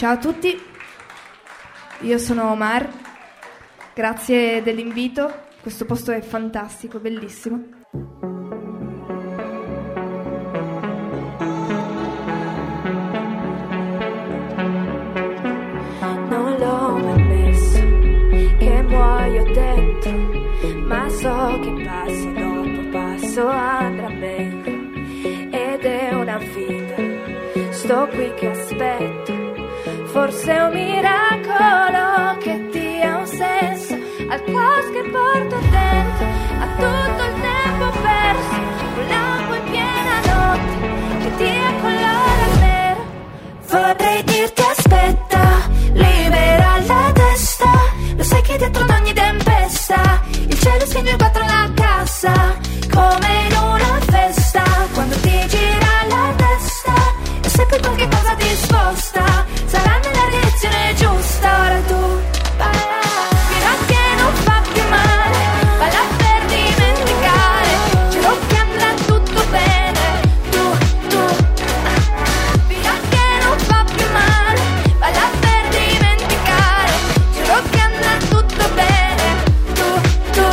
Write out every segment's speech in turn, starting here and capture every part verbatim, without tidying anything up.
Ciao a tutti, io sono Omar, grazie dell'invito, questo posto è fantastico, bellissimo. Non l'ho mai messo, che muoio dentro, ma so che passo dopo passo andrà meglio, ed è una vita, sto qui che aspetto. Forse è un miracolo che dia un senso al caos che porto dentro, a tutto il tempo perso, un lampo in piena notte che dia colore al nero. Vorrei dirti aspetta, libera la testa, lo sai che dietro ad ogni tempesta il cielo spinge in quattro la cassa, come in una festa, quando ti gira la testa e sempre qualche cosa ti sposta, sarà nella direzione giusta. Ora tu balla fino a che non fa più male, balla per dimenticare, giuro che andrà tutto bene. Tu, tu, fino a che non fa più male, balla per dimenticare, giuro che andrà tutto bene. Tu, tu,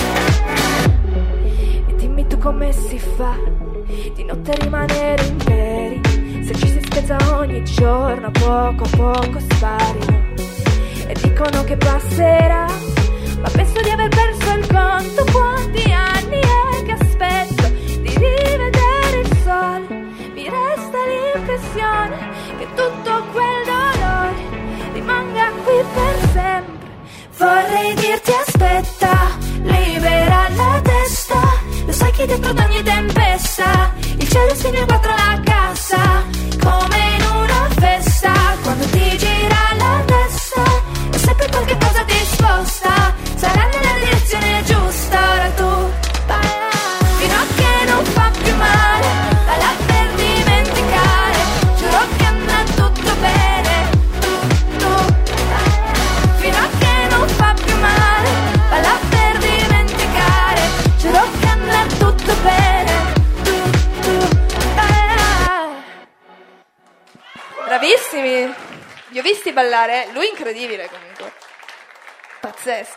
e dimmi tu come si fa di notte rimanere interi, se ci si spezza ogni giorno, a poco a poco sparino. E dicono che passerà, ma penso di aver perso il conto. Quanti anni è che aspetto di rivedere il sole? Mi resta l'impressione che tutto quel dolore rimanga qui per sempre. Vorrei dirti aspetta, libera la testa, lo sai che dietro ad ogni tempesta il cielo spinge in quattro la cassa, come in una festa, quando ti gira la testa e sempre qualche cosa ti sposta, sarà nella direzione giusta. Ora tu balla fino a che non fa più male, balla per dimenticare, giuro che andrà tutto bene. Tu, tu, balla fino a che non fa più male, balla per dimenticare, giuro che andrà tutto bene. Tu, tu, balla. Bravissimi, vi ho visti ballare, lui incredibile comunque, pazzesco,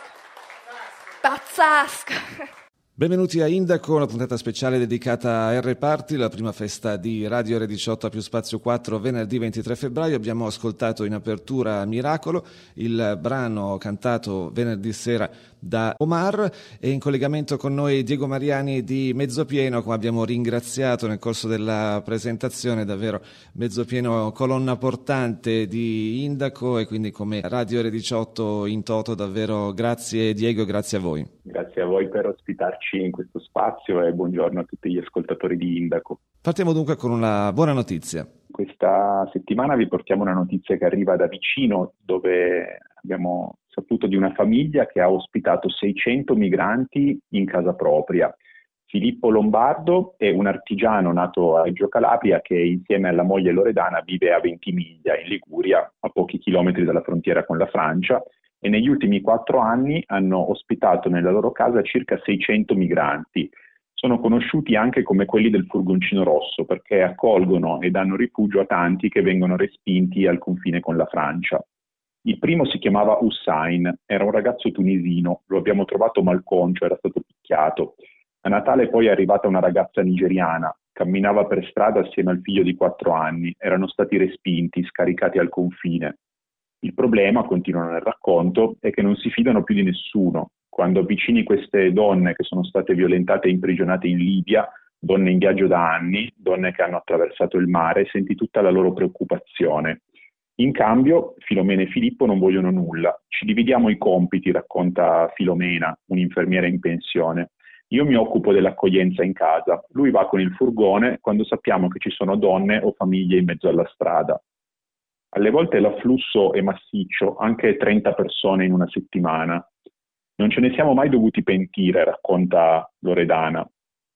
pazzesco. Benvenuti a Indaco, una puntata speciale dedicata a R-Party, la prima festa di Radio R diciotto a più Spazio quattro, venerdì ventitré febbraio. Abbiamo ascoltato in apertura Miracolo, il brano cantato venerdì sera da Omar, e in collegamento con noi Diego Mariani di Mezzopieno, come abbiamo ringraziato nel corso della presentazione, davvero Mezzopieno colonna portante di Indaco, e quindi come Radio R diciotto in toto davvero grazie Diego, grazie a voi. Grazie a voi per ospitarci in questo spazio e buongiorno a tutti gli ascoltatori di Indaco. Partiamo dunque con una buona notizia. Questa settimana vi portiamo una notizia che arriva da vicino, dove abbiamo saputo di una famiglia che ha ospitato seicento migranti in casa propria. Filippo Lombardo è un artigiano nato a Reggio Calabria che insieme alla moglie Loredana vive a Ventimiglia, in Liguria, a pochi chilometri dalla frontiera con la Francia, e negli ultimi quattro anni hanno ospitato nella loro casa circa seicento migranti. Sono conosciuti anche come quelli del furgoncino rosso, perché accolgono e danno rifugio a tanti che vengono respinti al confine con la Francia. Il primo si chiamava Hussein, era un ragazzo tunisino, lo abbiamo trovato malconcio, era stato picchiato. A Natale poi è arrivata una ragazza nigeriana, camminava per strada assieme al figlio di quattro anni, erano stati respinti, scaricati al confine. Il problema, continuano nel racconto, è che non si fidano più di nessuno. Quando avvicini queste donne che sono state violentate e imprigionate in Libia, donne in viaggio da anni, donne che hanno attraversato il mare, senti tutta la loro preoccupazione. In cambio, Filomena e Filippo non vogliono nulla. Ci dividiamo i compiti, racconta Filomena, un'infermiera in pensione. Io mi occupo dell'accoglienza in casa. Lui va con il furgone quando sappiamo che ci sono donne o famiglie in mezzo alla strada. Alle volte l'afflusso è massiccio, anche trenta persone in una settimana. Non ce ne siamo mai dovuti pentire, racconta Loredana.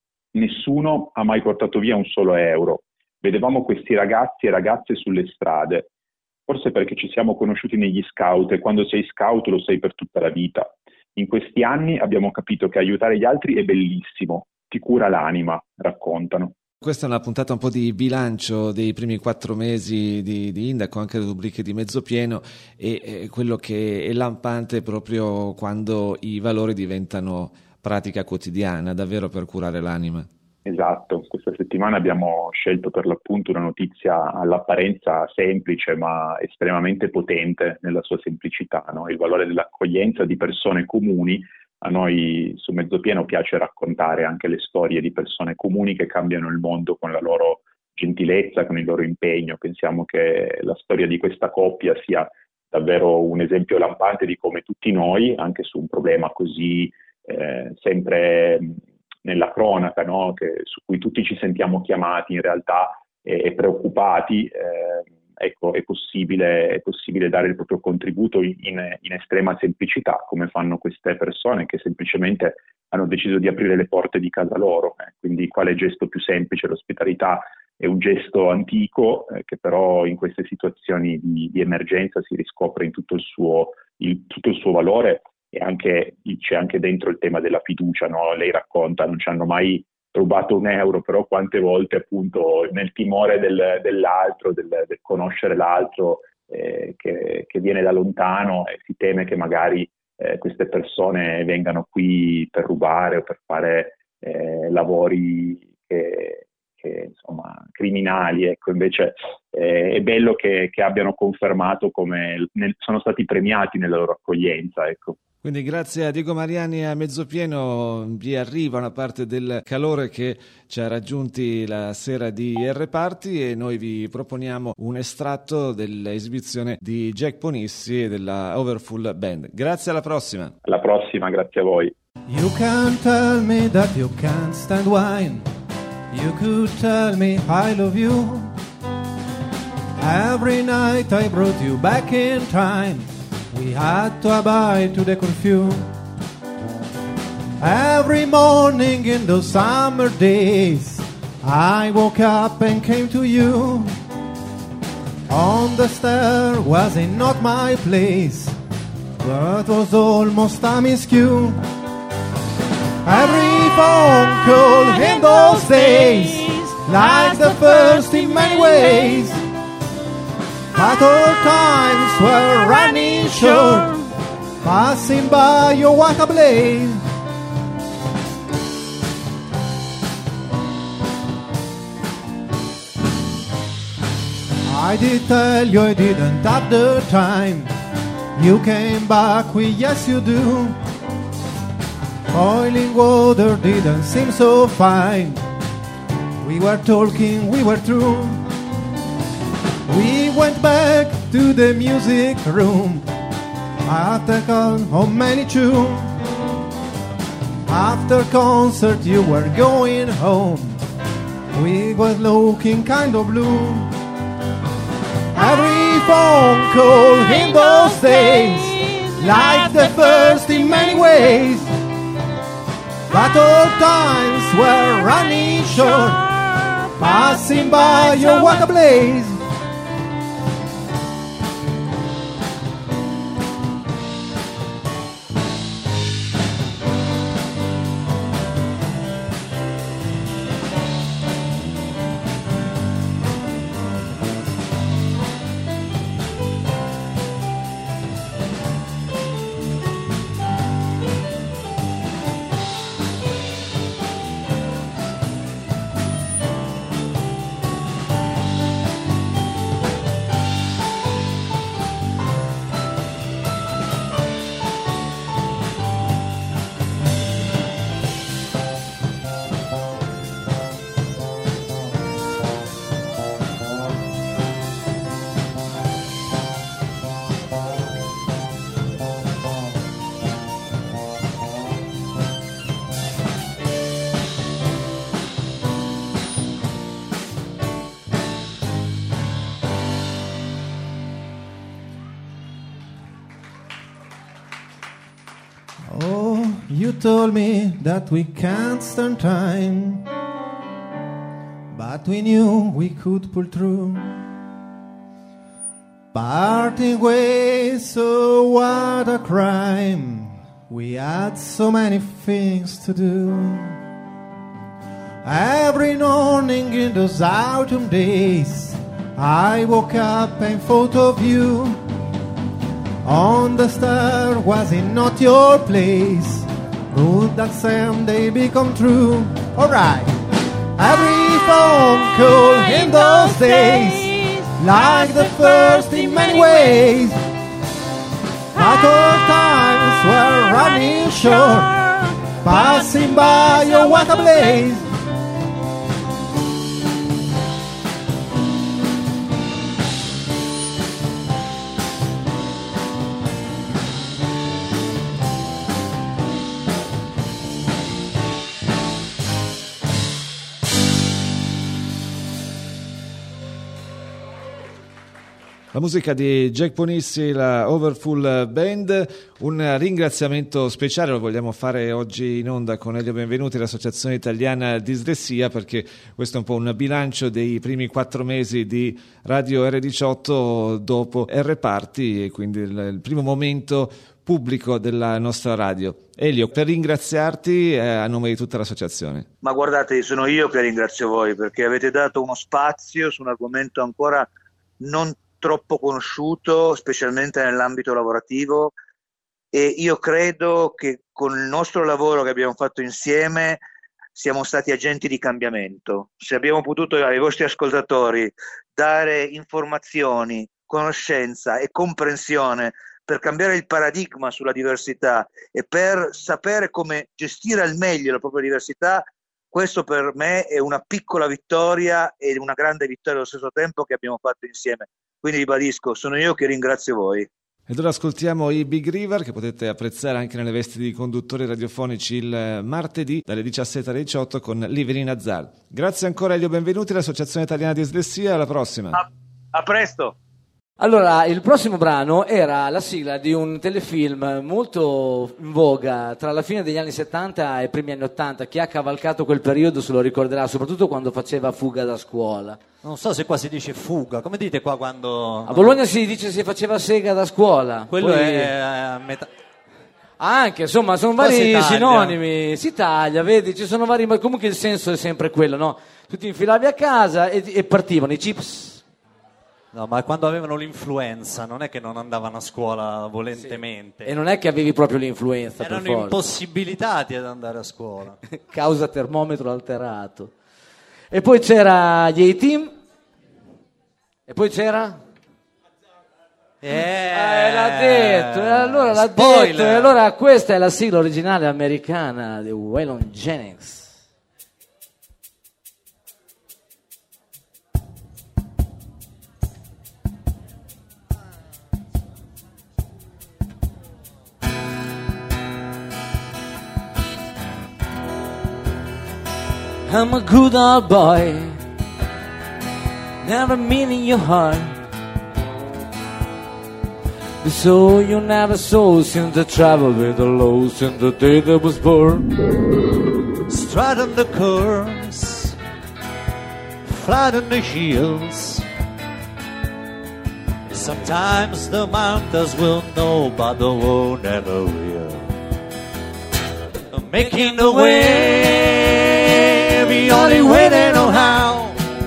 Nessuno ha mai portato via un solo euro. Vedevamo questi ragazzi e ragazze sulle strade. Forse perché ci siamo conosciuti negli scout e quando sei scout lo sei per tutta la vita. In questi anni abbiamo capito che aiutare gli altri è bellissimo, ti cura l'anima, raccontano. Questa è una puntata un po' di bilancio dei primi quattro mesi di, di Indaco, anche le rubriche di mezzo pieno, e, e quello che è lampante è proprio quando i valori diventano pratica quotidiana, davvero per curare l'anima. Esatto, questa settimana abbiamo scelto per l'appunto una notizia all'apparenza semplice ma estremamente potente nella sua semplicità, no? Il valore dell'accoglienza di persone comuni. A noi su Mezzopieno piace raccontare anche le storie di persone comuni che cambiano il mondo con la loro gentilezza, con il loro impegno. Pensiamo che la storia di questa coppia sia davvero un esempio lampante di come tutti noi, anche su un problema così eh, sempre nella cronaca, no? Che, su cui tutti ci sentiamo chiamati in realtà e, e preoccupati, eh, ecco, è possibile, è possibile dare il proprio contributo in, in estrema semplicità, come fanno queste persone che semplicemente hanno deciso di aprire le porte di casa loro. Eh. Quindi quale gesto più semplice? L'ospitalità è un gesto antico eh, che però in queste situazioni di, di emergenza si riscopre in tutto il suo, il, tutto il suo valore, e anche, c'è anche dentro il tema della fiducia, no? Lei racconta, non ci hanno mai rubato un euro, però quante volte appunto nel timore del, dell'altro, del, del conoscere l'altro eh, che, che viene da lontano, e si teme che magari eh, queste persone vengano qui per rubare o per fare eh, lavori che, che insomma criminali. Ecco, invece eh, è bello che, che abbiano confermato come nel, sono stati premiati nella loro accoglienza, ecco. Quindi grazie a Diego Mariani a Mezzopieno vi arriva una parte del calore che ci ha raggiunti la sera di R Party, e noi vi proponiamo un estratto dell'esibizione di Jack Ponissi e della Overfull Band. Grazie, alla prossima. Alla prossima, grazie a voi. You can't tell me that you can't stand wine. You could tell me I love you. Every night I brought you back in time. We had to abide to the curfew. Every morning in those summer days, I woke up and came to you. On the stair was it not my place, but was almost a miscue. Every phone call in those days, like the first in many ways, but all times were running short, passing by your what a blaze. I did tell you I didn't have the time. You came back with yes you do. Boiling water didn't seem so fine. We were talking, we were through. We went back to the music room after con- how many too. After concert you were going home. We was looking kind of blue. Every phone call in those days, like the first in many ways, but all times were running short, passing by your what a blaze. You told me that we can't stand time, but we knew we could pull through. Parting ways, so what a crime. We had so many things to do. Every morning in those autumn days, I woke up and thought of you. On the star, was it not your place? Would that someday become true? Alright. Every phone call in those days, like the first in many ways. But our times were running short, passing by, oh what a blaze. La musica di Jack Ponissi, la Overfull Band. Un ringraziamento speciale lo vogliamo fare oggi in onda con Elio Benvenuti, l'Associazione Italiana Dislessia, perché questo è un po' un bilancio dei primi quattro mesi di Radio erre diciotto dopo R Party, e quindi il, il primo momento pubblico della nostra radio. Elio, per ringraziarti eh, a nome di tutta l'associazione. Ma guardate, sono io che ringrazio voi, perché avete dato uno spazio su un argomento ancora non troppo conosciuto, specialmente nell'ambito lavorativo, e io credo che con il nostro lavoro che abbiamo fatto insieme siamo stati agenti di cambiamento. Se abbiamo potuto ai vostri ascoltatori dare informazioni, conoscenza e comprensione per cambiare il paradigma sulla diversità e per sapere come gestire al meglio la propria diversità, questo per me è una piccola vittoria e una grande vittoria allo stesso tempo che abbiamo fatto insieme. Quindi ribadisco, sono io che ringrazio voi. Ed ora ascoltiamo i Big River, che potete apprezzare anche nelle vesti di conduttori radiofonici il martedì dalle diciassette alle diciotto con Livelina Azzar. Grazie ancora Elio Benvenuti, l'Associazione Italiana di Dislessia, alla prossima. A, a presto. Allora, il prossimo brano era la sigla di un telefilm molto in voga tra la fine degli anni settanta e i primi anni ottanta. Chi ha cavalcato quel periodo se lo ricorderà, soprattutto quando faceva Fuga da scuola. Non so se qua si dice fuga, come dite qua quando... A Bologna si dice si faceva sega da scuola. Quello Poi... è a metà... Anche, insomma, sono Qua si vari taglia. sinonimi, si taglia, vedi, ci sono vari, ma comunque il senso è sempre quello, no? Tu ti infilavi a casa e, e partivano i chips. No, ma quando avevano l'influenza non è che non andavano a scuola volentemente. E non è che avevi proprio l'influenza, per Erano forza. impossibilitati ad andare a scuola. Causa termometro alterato. E poi c'era gli A-Team. E poi c'era... Eh, Eh, l'ha detto, e allora l'ha spoiler. detto, e allora questa è la sigla originale americana di Waylon Jennings. I'm a good old boy, never meaning your heart. So you never saw since the travel with the lows since the day that was born. Stride on the course, flat on the hills. Sometimes the mountains will know, but the world never will. Making the way, the only way they know how.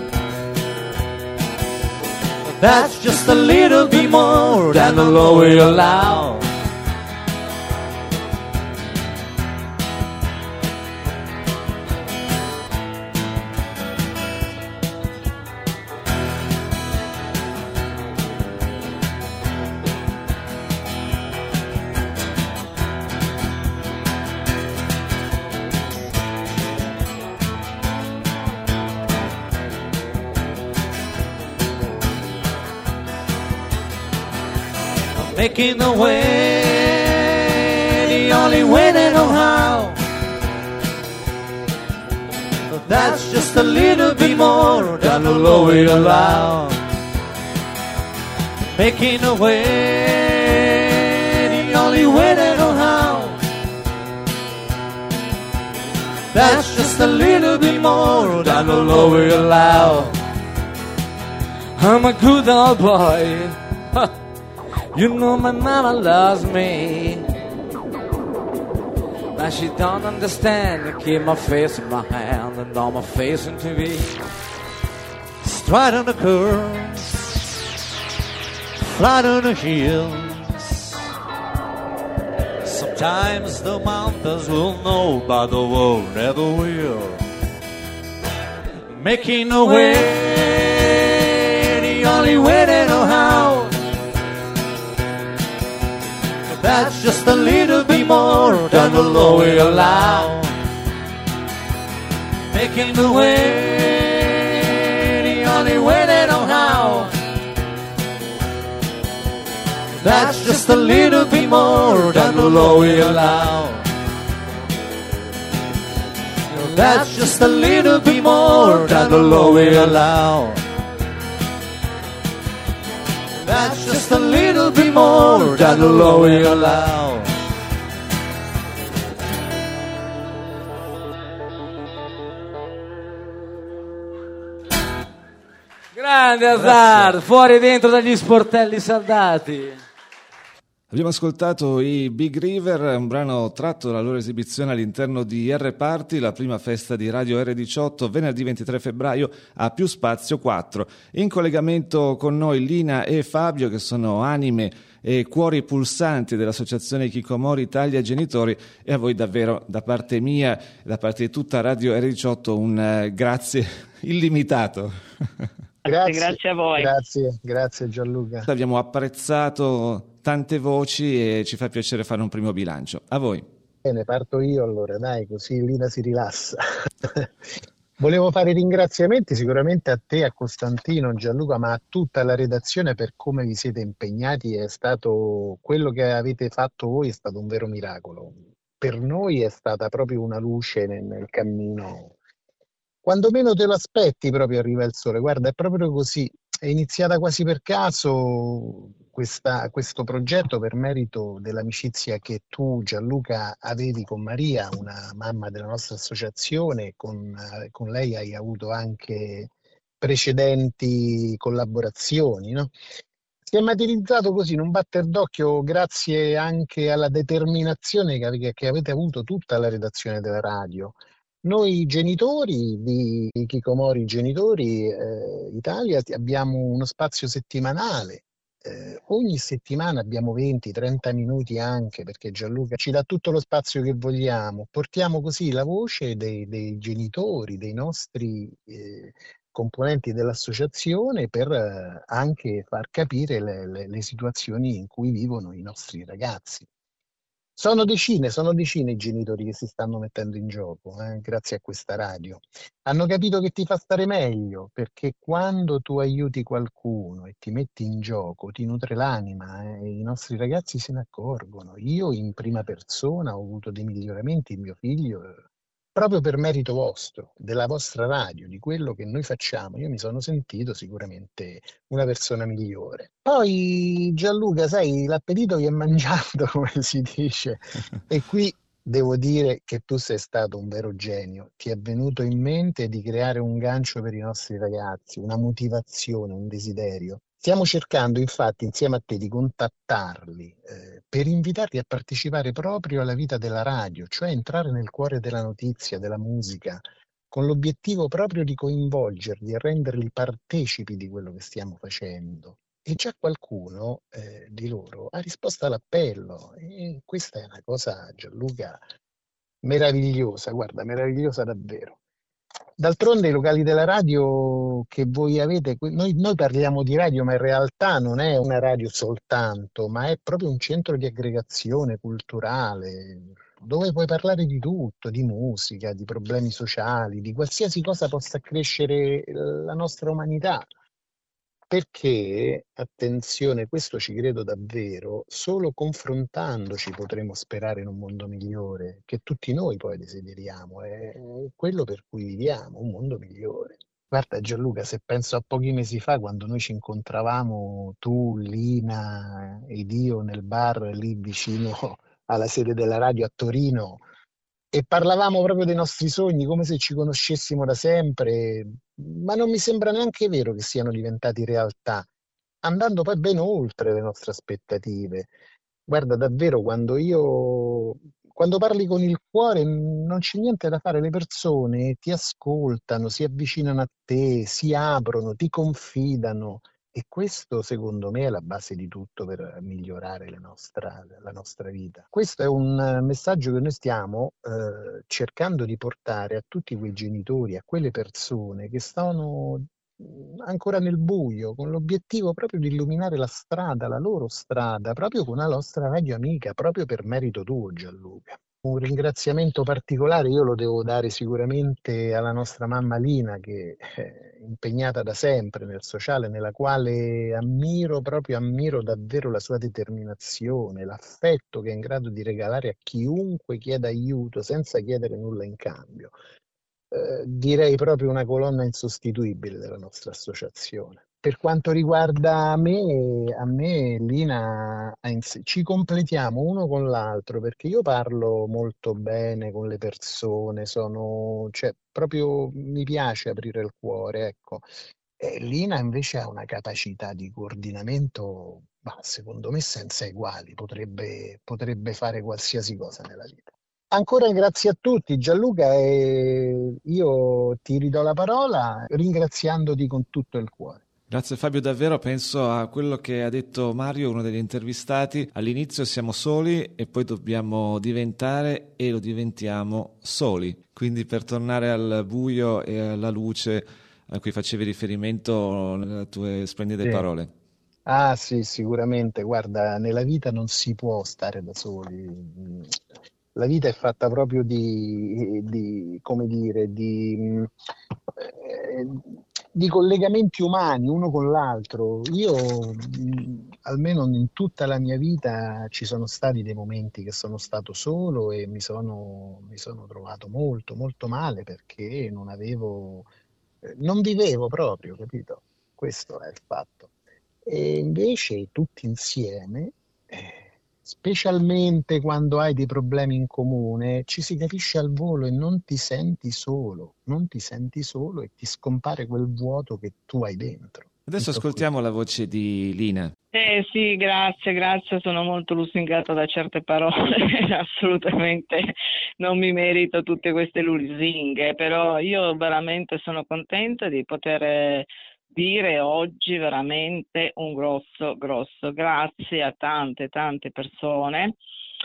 That's just a little bit more than the law will allow. Making the way, the only way they know how. That's just a little bit more than the law will allow. Making the way, the only way they know how. That's just a little bit more than the law will allow. I'm a good old boy. You know my mama loves me. Now she don't understand. Keep my face in my hand and all my face in T V. Stride on the curve, flat on the hills. Sometimes the mountains will know, but the world never will. Making a way, the only way they know how. That's just a little bit more than the law will allow. Making the way, the only way they know how. That's just a little bit more than the law will allow. That's just a little bit more than the law will allow. That's just a little bit more than the law will allow. Grande Hazard, fuori e dentro dagli sportelli saldati. Abbiamo ascoltato i Big River, un brano tratto dalla loro esibizione all'interno di R Party, la prima festa di Radio R diciotto, venerdì ventitré febbraio a Più Spazio quattro. In collegamento con noi Lina e Fabio, che sono anime e cuori pulsanti dell'Associazione Hikikomori Italia Genitori, e a voi davvero, da parte mia e da parte di tutta Radio R diciotto, un uh, grazie illimitato. Grazie, grazie a voi. Grazie, grazie Gianluca. Abbiamo apprezzato tante voci e ci fa piacere fare un primo bilancio. A voi. Bene, parto io allora, dai, così Lina si rilassa. Volevo fare ringraziamenti sicuramente a te, a Costantino, Gianluca, ma a tutta la redazione per come vi siete impegnati. È stato quello che avete fatto voi, è stato un vero miracolo. Per noi è stata proprio una luce nel, nel cammino. Quando meno te lo aspetti proprio arriva il sole. Guarda, è proprio così. È iniziata quasi per caso questa, questo progetto per merito dell'amicizia che tu, Gianluca, avevi con Maria, una mamma della nostra associazione. Con, con lei hai avuto anche precedenti collaborazioni, no? Si è materializzato così in un batter d'occhio, grazie anche alla determinazione che, ave- che avete avuto tutta la redazione della radio. Noi genitori di Hikikomori Genitori eh, Italia abbiamo uno spazio settimanale. Eh, ogni settimana abbiamo venti trenta minuti anche, perché Gianluca ci dà tutto lo spazio che vogliamo. Portiamo così la voce dei, dei genitori, dei nostri eh, componenti dell'associazione, per eh, anche far capire le, le, le situazioni in cui vivono i nostri ragazzi. Sono decine, sono decine i genitori che si stanno mettendo in gioco, eh, grazie a questa radio. Hanno capito che ti fa stare meglio, perché quando tu aiuti qualcuno e ti metti in gioco, ti nutre l'anima, eh, e i nostri ragazzi se ne accorgono. Io in prima persona ho avuto dei miglioramenti in mio figlio, eh, proprio per merito vostro, della vostra radio, di quello che noi facciamo. Io mi sono sentito sicuramente una persona migliore. Poi Gianluca, sai, l'appetito vi è mangiato, come si dice, e qui devo dire che tu sei stato un vero genio. Ti è venuto in mente di creare un gancio per i nostri ragazzi, una motivazione, un desiderio. Stiamo cercando infatti insieme a te di contattarli eh, per invitarli a partecipare proprio alla vita della radio, cioè entrare nel cuore della notizia, della musica, con l'obiettivo proprio di coinvolgerli e renderli partecipi di quello che stiamo facendo. E già qualcuno eh, di loro ha risposto all'appello, e questa è una cosa, Gianluca, meravigliosa, guarda, meravigliosa davvero. D'altronde i locali della radio che voi avete, noi, noi parliamo di radio, ma in realtà non è una radio soltanto, ma è proprio un centro di aggregazione culturale, dove puoi parlare di tutto, di musica, di problemi sociali, di qualsiasi cosa possa accrescere la nostra umanità. Perché, attenzione, questo ci credo davvero, solo confrontandoci potremo sperare in un mondo migliore, che tutti noi poi desideriamo, è quello per cui viviamo, un mondo migliore. Guarda Gianluca, se penso a pochi mesi fa, quando noi ci incontravamo, tu, Lina ed io, nel bar lì vicino alla sede della radio a Torino, e parlavamo proprio dei nostri sogni come se ci conoscessimo da sempre, ma non mi sembra neanche vero che siano diventati realtà, andando poi ben oltre le nostre aspettative. Guarda, davvero, quando io quando parli con il cuore non c'è niente da fare, le persone ti ascoltano, si avvicinano a te, si aprono, ti confidano e questo secondo me è la base di tutto per migliorare la nostra, la nostra vita. Questo è un eh, messaggio che noi stiamo eh, cercando di portare a tutti quei genitori, a quelle persone che stanno mh, ancora nel buio, con l'obiettivo proprio di illuminare la strada, la loro strada, proprio con la nostra radio amica, proprio per merito tuo, Gianluca. Un ringraziamento particolare io lo devo dare sicuramente alla nostra mamma Lina, che è impegnata da sempre nel sociale, nella quale ammiro, proprio ammiro davvero la sua determinazione, l'affetto che è in grado di regalare a chiunque chieda aiuto senza chiedere nulla in cambio. Eh, direi proprio una colonna insostituibile della nostra associazione. Per quanto riguarda me, a me Lina ha ins- ci completiamo uno con l'altro perché io parlo molto bene con le persone, sono, cioè, proprio mi piace aprire il cuore, ecco. E Lina invece ha una capacità di coordinamento, bah, secondo me senza eguali, potrebbe, potrebbe fare qualsiasi cosa nella vita. Ancora grazie a tutti, Gianluca, e io ti ridò la parola ringraziandoti con tutto il cuore. Grazie Fabio, davvero penso a quello che ha detto Mario, uno degli intervistati. All'inizio siamo soli e poi dobbiamo diventare e lo diventiamo soli. Quindi per tornare al buio e alla luce a cui facevi riferimento nelle tue splendide Sì. parole. Ah sì, sicuramente, guarda, nella vita non si può stare da soli. La vita è fatta proprio di, di come dire, di, mh, eh, di collegamenti umani uno con l'altro. Io, mh, almeno in tutta la mia vita, ci sono stati dei momenti che sono stato solo e mi sono, mi sono trovato molto, molto male perché non avevo, eh, non vivevo proprio, capito? Questo è il fatto. E invece tutti insieme, eh, specialmente quando hai dei problemi in comune, ci si capisce al volo e non ti senti solo, non ti senti solo e ti scompare quel vuoto che tu hai dentro. Adesso Tutto ascoltiamo qui. la voce di Lina. Eh sì, grazie, grazie, sono molto lusingata da certe parole, assolutamente non mi merito tutte queste lusinghe, però io veramente sono contenta di poter dire oggi veramente un grosso, grosso grazie a tante, tante persone.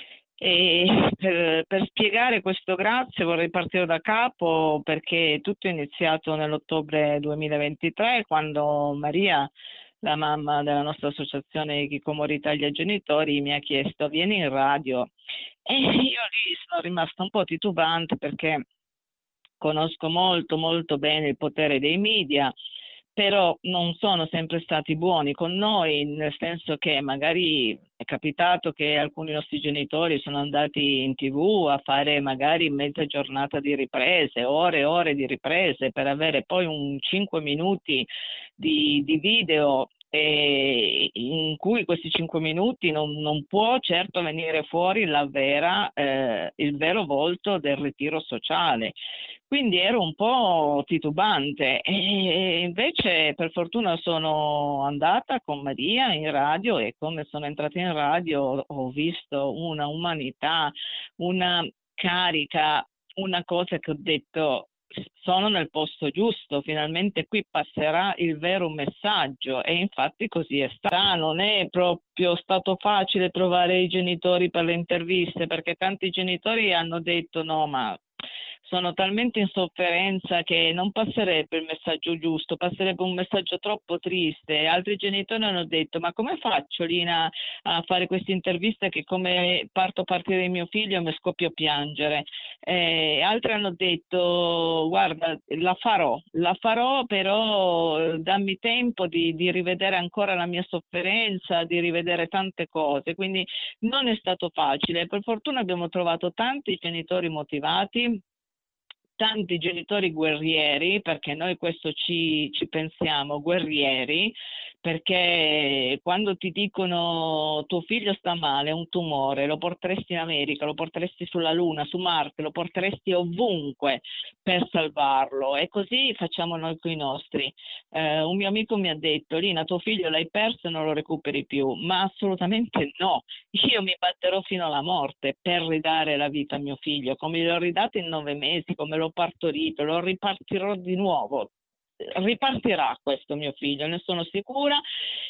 E per, per spiegare questo grazie vorrei partire da capo perché tutto è iniziato nell'ottobre duemilaventitré quando Maria, la mamma della nostra associazione Chicomore Italia Genitori, mi ha chiesto vieni in radio e io lì sono rimasta un po' titubante perché conosco molto molto bene il potere dei media, però non sono sempre stati buoni con noi, nel senso che magari è capitato che alcuni nostri genitori sono andati in tivù a fare magari mezza giornata di riprese, ore e ore di riprese per avere poi un cinque minuti di, di video e in cui questi cinque minuti non, non può certo venire fuori la vera, eh, il vero volto del ritiro sociale. Quindi ero un po' titubante e invece per fortuna sono andata con Maria in radio e come sono entrata in radio ho visto una umanità, una carica, una cosa che ho detto sono nel posto giusto, finalmente qui passerà il vero messaggio e infatti così è stato. Non è proprio stato facile trovare i genitori per le interviste perché tanti genitori hanno detto no ma sono talmente in sofferenza che non passerebbe il messaggio giusto, passerebbe un messaggio troppo triste. Altri genitori hanno detto ma come faccio Lina a fare questa intervista che come parto a partire di mio figlio mi scoppio a piangere. Eh, altri hanno detto guarda la farò, la farò però dammi tempo di, di rivedere ancora la mia sofferenza, di rivedere tante cose, quindi non è stato facile. Per fortuna abbiamo trovato tanti genitori motivati tanti genitori guerrieri, perché noi questo ci, ci pensiamo, guerrieri, perché quando ti dicono tuo figlio sta male, è un tumore, lo porteresti in America, lo porteresti sulla Luna, su Marte, lo porteresti ovunque per salvarlo, e così facciamo noi con i nostri. Eh, un mio amico mi ha detto: Lina, tuo figlio l'hai perso e non lo recuperi più, ma assolutamente no, io mi batterò fino alla morte per ridare la vita a mio figlio, come l'ho ridato in nove mesi, come l'ho partorito, lo ripartirò di nuovo. Ripartirà questo mio figlio, ne sono sicura,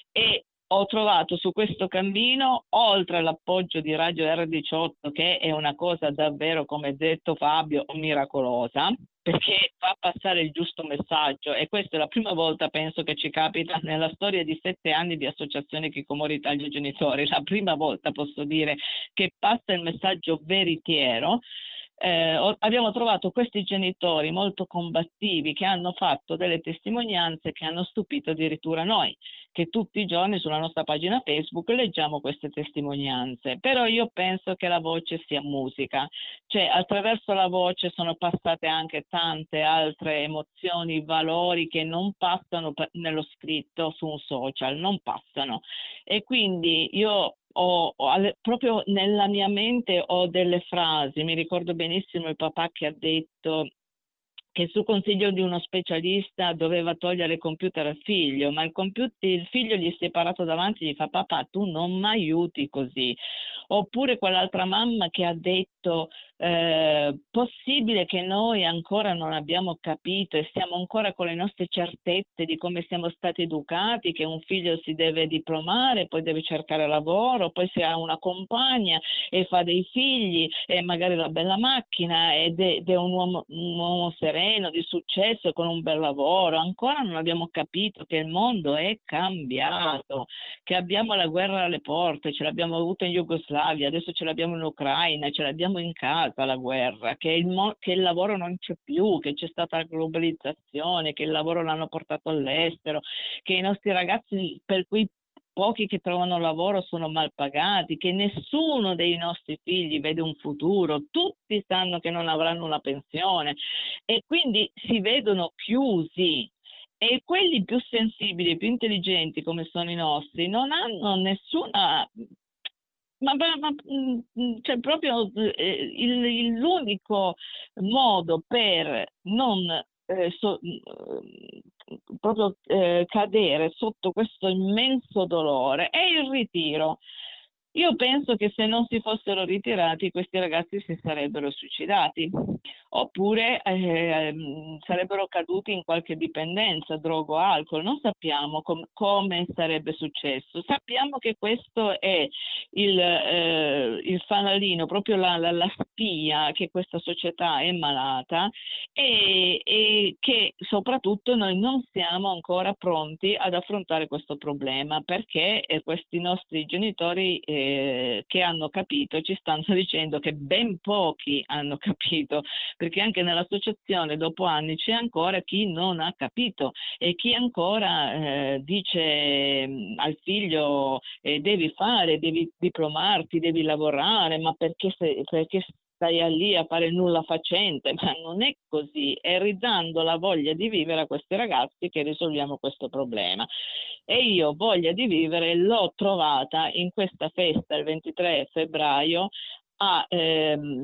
e ho trovato su questo cammino, oltre all'appoggio di Radio erre diciotto, che è una cosa davvero, come ha detto Fabio, miracolosa, perché fa passare il giusto messaggio, e questa è la prima volta, penso, che ci capita nella storia di sette anni di Associazione Chicomore Italia Genitori, la prima volta, posso dire, che passa il messaggio veritiero. Eh, abbiamo trovato questi genitori molto combattivi, che hanno fatto delle testimonianze che hanno stupito addirittura noi, che tutti i giorni sulla nostra pagina Facebook leggiamo queste testimonianze. Però io penso che la voce sia musica, cioè attraverso la voce sono passate anche tante altre emozioni, valori che non passano nello scritto su un social, non passano. E quindi io Ho, ho, proprio nella mia mente ho delle frasi. Mi ricordo benissimo il papà che ha detto che su consiglio di uno specialista doveva togliere il computer al figlio, ma il, computer, il figlio gli si è parato davanti e gli fa: papà, tu non mi aiuti così. Oppure quell'altra mamma che ha detto: eh, possibile che noi ancora non abbiamo capito e siamo ancora con le nostre certezze di come siamo stati educati, che un figlio si deve diplomare, poi deve cercare lavoro, poi si ha una compagna e fa dei figli e magari la bella macchina ed è, ed è un, uomo, un uomo sereno, di successo, con un bel lavoro. Ancora non abbiamo capito che il mondo è cambiato, che abbiamo la guerra alle porte, ce l'abbiamo avuta in Jugoslavia, adesso ce l'abbiamo in Ucraina, ce l'abbiamo in casa la guerra, che il, mo- che il lavoro non c'è più, che c'è stata la globalizzazione, che il lavoro l'hanno portato all'estero, che i nostri ragazzi, per cui pochi che trovano lavoro, sono mal pagati, che nessuno dei nostri figli vede un futuro, tutti sanno che non avranno una pensione e quindi si vedono chiusi. E quelli più sensibili, più intelligenti come sono i nostri, non hanno nessuna... Ma, ma, ma cioè proprio eh, il, il, l'unico modo per non eh, so, eh, proprio eh, cadere sotto questo immenso dolore è il ritiro. Io penso che se non si fossero ritirati questi ragazzi si sarebbero suicidati, oppure eh, sarebbero caduti in qualche dipendenza, droga o alcol. Non sappiamo com- come sarebbe successo. Sappiamo che questo è il, eh, il fanalino, proprio la, la, la spia che questa società è malata, e, e che soprattutto noi non siamo ancora pronti ad affrontare questo problema, perché eh, questi nostri genitori eh, che hanno capito ci stanno dicendo che ben pochi hanno capito, perché anche nell'associazione dopo anni c'è ancora chi non ha capito e chi ancora eh, dice mh, al figlio eh, devi fare, devi diplomarti, devi lavorare, ma perché, se, perché stai lì a fare nulla facente? Ma non è così, è ridando la voglia di vivere a questi ragazzi che risolviamo questo problema. E io voglia di vivere l'ho trovata in questa festa il ventitré febbraio a, ehm,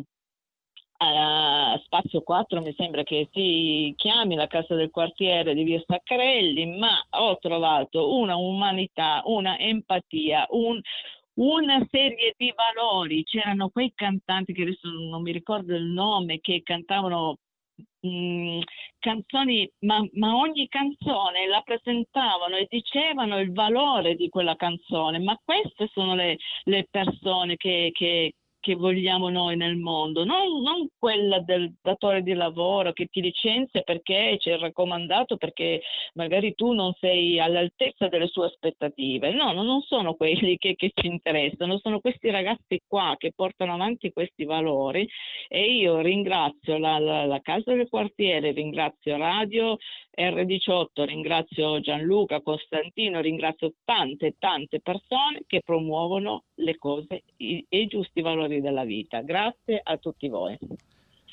a Spazio quattro, mi sembra che si chiami, la casa del quartiere di via Saccarelli, ma ho trovato una umanità, una empatia, un una serie di valori. C'erano quei cantanti che adesso non mi ricordo il nome, che cantavano mh, canzoni, ma, ma ogni canzone la presentavano e dicevano il valore di quella canzone. Ma queste sono le, le persone che, che che vogliamo noi nel mondo, non, non quella del datore di lavoro che ti licenzia perché c'è il raccomandato, perché magari tu non sei all'altezza delle sue aspettative. No, non sono quelli che, che ci interessano, sono questi ragazzi qua che portano avanti questi valori, e io ringrazio la, la, la Casa del Quartiere, ringrazio Radio erre diciotto, ringrazio Gianluca, Costantino, ringrazio tante tante persone che promuovono le cose e i giusti valori della vita. Grazie a tutti voi.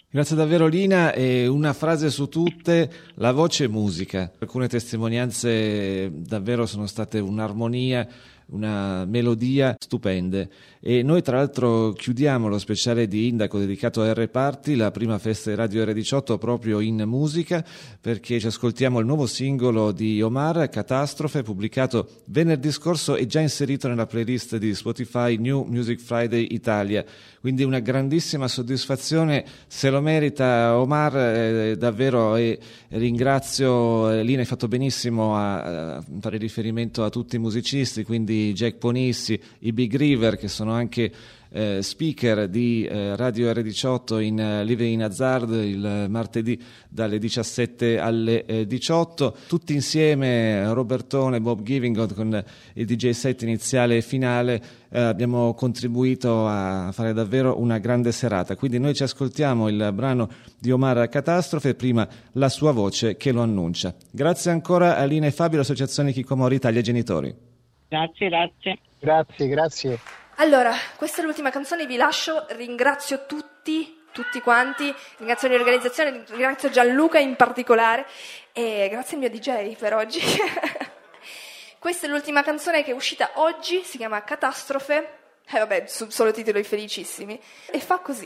Grazie davvero Lina, e una frase su tutte: la voce musica. Alcune testimonianze davvero sono state un'armonia, una melodia stupende. E noi tra l'altro chiudiamo lo speciale di Indaco dedicato a R Party, la prima festa di Radio R diciotto, proprio in musica, perché ci ascoltiamo il nuovo singolo di Omar, Catastrofe, pubblicato venerdì scorso e già inserito nella playlist di Spotify New Music Friday Italia. Quindi una grandissima soddisfazione, se lo merita Omar, eh, davvero, e ringrazio eh, Lina, hai fatto benissimo a, a fare riferimento a tutti i musicisti, quindi Jack Ponissi, i Big River, che sono anche eh, speaker di eh, Radio R diciotto in uh, Living in Hazard il martedì dalle diciassette alle eh, diciotto, tutti insieme, Robertone, Bob Givington, con il D J set iniziale e finale. Eh, abbiamo contribuito a fare davvero una grande serata, quindi noi ci ascoltiamo il brano di Omar, Catastrofe, prima la sua voce che lo annuncia. Grazie ancora a Lina e Fabio, l'associazione Chicomori Italia Genitori. Grazie, grazie. Grazie, grazie. Allora, questa è l'ultima canzone, vi lascio, ringrazio tutti, tutti quanti, ringrazio l'organizzazione, ringrazio Gianluca in particolare e grazie al mio D J per oggi. Questa è l'ultima canzone che è uscita oggi, si chiama Catastrofe, e eh, vabbè, solo titoli felicissimi, e fa così.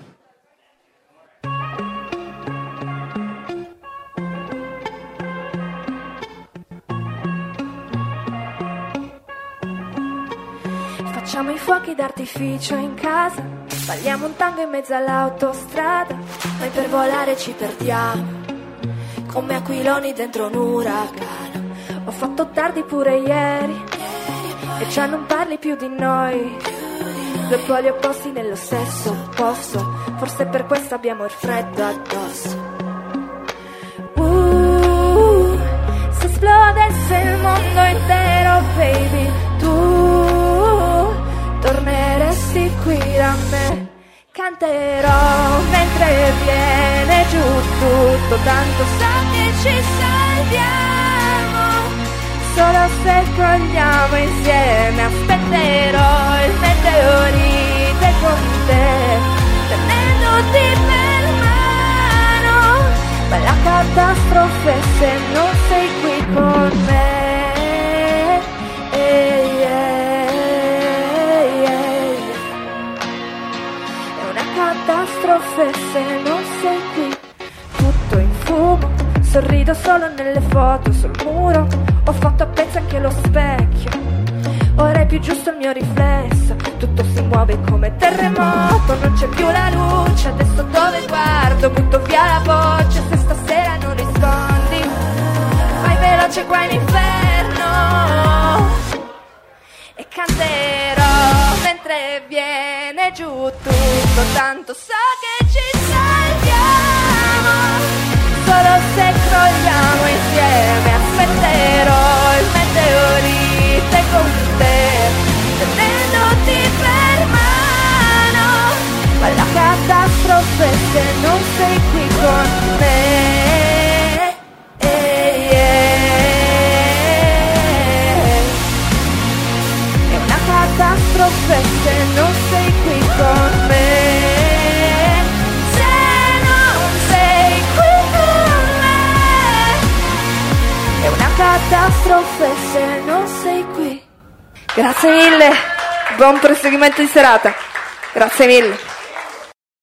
Facciamo i fuochi d'artificio in casa, balliamo un tango in mezzo all'autostrada, noi per volare ci perdiamo, come aquiloni dentro un uragano. Ho fatto tardi pure ieri, e già non parli più di noi, due poli opposti nello stesso posto, forse per questo abbiamo il freddo addosso. Uh, se esplodesse il mondo intero, baby, tu torneresti qui da me. Canterò mentre viene giù tutto, tanto so che ci salviamo, solo se cogliamo insieme. Aspetterò il meteorite con te, tenendoti per mano, ma la catastrofe se non sei qui con me. Ehi, ehi, ehi. È una catastrofe se non sei qui. Tutto in fumo, sorrido solo nelle foto sul muro, ho fatto a pezzi anche lo specchio, ora è più giusto il mio riflesso, tutto si muove come terremoto, non c'è più la luce, adesso dove guardo, butto via la voce, se stasera non rispondi, vai veloce qua in inferno, e canterò mentre viene giù tutto, tanto so che ci salviamo, solo se crolliamo insieme. Aspetterò il meteorite con te, tenendoti per mano, ma la catastrofe se non sei qui con me. Ehi, ehi. È una catastrofe se non sei qui con me. È una catastrofe se non sei qui. Grazie mille, buon proseguimento di serata. Grazie mille.